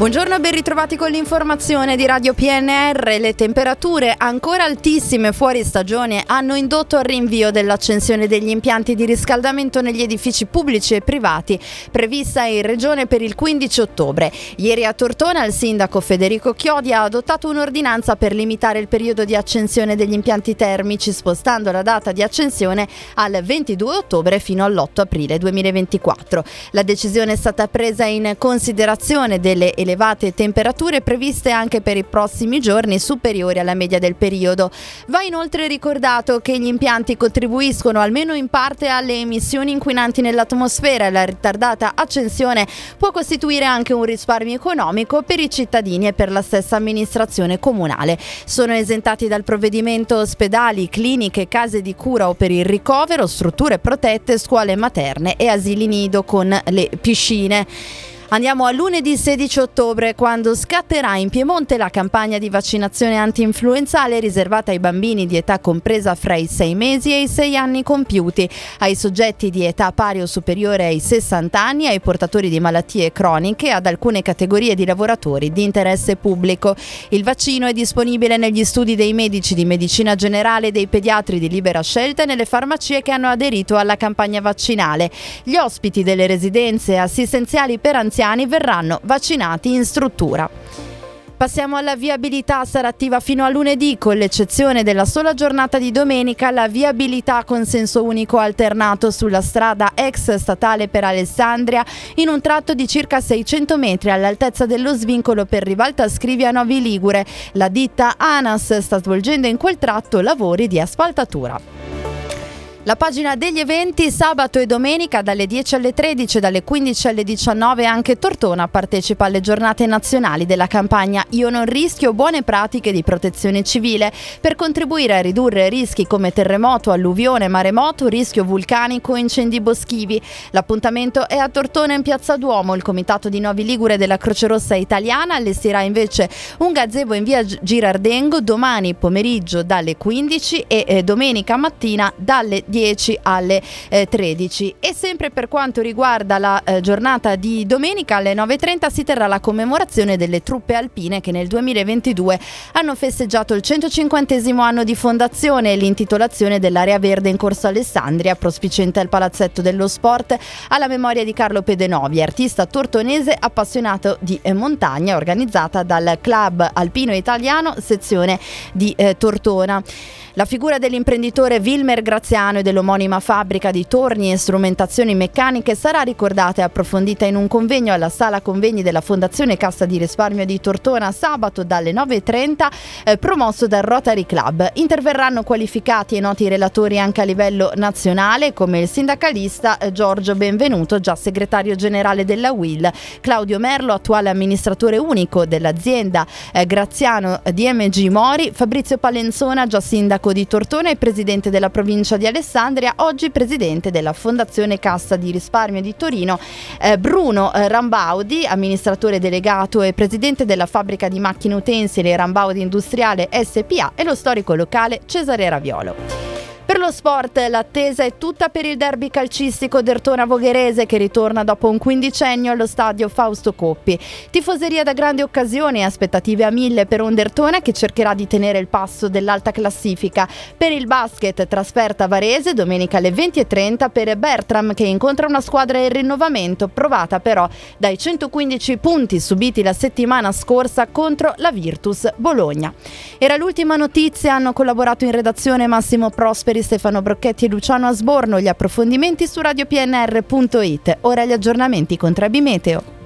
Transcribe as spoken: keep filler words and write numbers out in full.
Buongiorno e ben ritrovati con l'informazione di Radio P N R. Le temperature ancora altissime fuori stagione hanno indotto al rinvio dell'accensione degli impianti di riscaldamento negli edifici pubblici e privati prevista in regione per il quindici ottobre. Ieri a Tortona il sindaco Federico Chiodi ha adottato un'ordinanza per limitare il periodo di accensione degli impianti termici, spostando la data di accensione al ventidue ottobre fino all'otto aprile duemilaventiquattro. La decisione è stata presa in considerazione delle elevate temperature previste anche per i prossimi giorni superiori alla media del periodo. Va inoltre ricordato che gli impianti contribuiscono almeno in parte alle emissioni inquinanti nell'atmosfera e la ritardata accensione può costituire anche un risparmio economico per i cittadini e per la stessa amministrazione comunale. Sono esentati dal provvedimento ospedali, cliniche, case di cura o per il ricovero, strutture protette, scuole materne e asili nido con le piscine. Andiamo a lunedì sedici ottobre, quando scatterà in Piemonte la campagna di vaccinazione anti-influenzale riservata ai bambini di età compresa fra i sei mesi e i sei anni compiuti, ai soggetti di età pari o superiore ai sessanta anni, ai portatori di malattie croniche e ad alcune categorie di lavoratori di interesse pubblico. Il vaccino è disponibile negli studi dei medici di medicina generale e dei pediatri di libera scelta e nelle farmacie che hanno aderito alla campagna vaccinale. Gli ospiti delle residenze assistenziali per anziani verranno vaccinati in struttura. Passiamo alla viabilità, sarà attiva fino a lunedì, con l'eccezione della sola giornata di domenica. La viabilità con senso unico alternato sulla strada ex statale per Alessandria in un tratto di circa seicento metri all'altezza dello svincolo per Rivalta Scrivia Novi Ligure. La ditta ANAS sta svolgendo in quel tratto lavori di asfaltatura. La pagina degli eventi: sabato e domenica dalle dieci alle tredici e dalle quindici alle diciannove anche Tortona partecipa alle giornate nazionali della campagna Io non rischio, buone pratiche di protezione civile per contribuire a ridurre rischi come terremoto, alluvione, maremoto, rischio vulcanico e incendi boschivi. L'appuntamento è a Tortona in Piazza Duomo. Il comitato di Novi Ligure della Croce Rossa Italiana allestirà invece un gazebo in via Girardengo domani pomeriggio dalle quindici e eh, domenica mattina dalle dieci alle eh, tredici. E sempre per quanto riguarda la eh, giornata di domenica alle nove e trenta si terrà la commemorazione delle truppe alpine che nel duemilaventidue hanno festeggiato il centocinquantesimo anno di fondazione e l'intitolazione dell'area verde in Corso Alessandria, prospiciente al Palazzetto dello Sport, alla memoria di Carlo Pedenovi, artista tortonese appassionato di eh, montagna, organizzata dal Club Alpino Italiano sezione di eh, Tortona. La figura dell'imprenditore Wilmer Graziano e dell'omonima fabbrica di torni e strumentazioni meccaniche sarà ricordata e approfondita in un convegno alla Sala Convegni della Fondazione Cassa di Risparmio di Tortona sabato dalle nove e trenta, eh, promosso dal Rotary Club. Interverranno qualificati e noti relatori anche a livello nazionale, come il sindacalista eh, Giorgio Benvenuto, già segretario generale della U I L, Claudio Merlo, attuale amministratore unico dell'azienda eh, Graziano D M G Mori, Fabrizio Palenzona, già sindaco di Tortona e presidente della provincia di Alessandria, oggi presidente della Fondazione Cassa di Risparmio di Torino, eh, Bruno eh, Rambaudi, amministratore delegato e presidente della fabbrica di macchine utensili Rambaudi Industriale S P A, e lo storico locale Cesare Raviolo. Per lo sport l'attesa è tutta per il derby calcistico Dertona-Vogherese che ritorna dopo un quindicennio allo stadio Fausto Coppi. Tifoseria da grande occasione e aspettative a mille per un Dertona che cercherà di tenere il passo dell'alta classifica. Per il basket, trasferta a Varese domenica alle venti e trenta per Bertram che incontra una squadra in rinnovamento, provata però dai centoquindici punti subiti la settimana scorsa contro la Virtus Bologna. Era l'ultima notizia, hanno collaborato in redazione Massimo Prosperi, Stefano Brocchetti e Luciano Asborno. Gli approfondimenti su radio p n r punto it. Ora gli aggiornamenti con Trebi Meteo.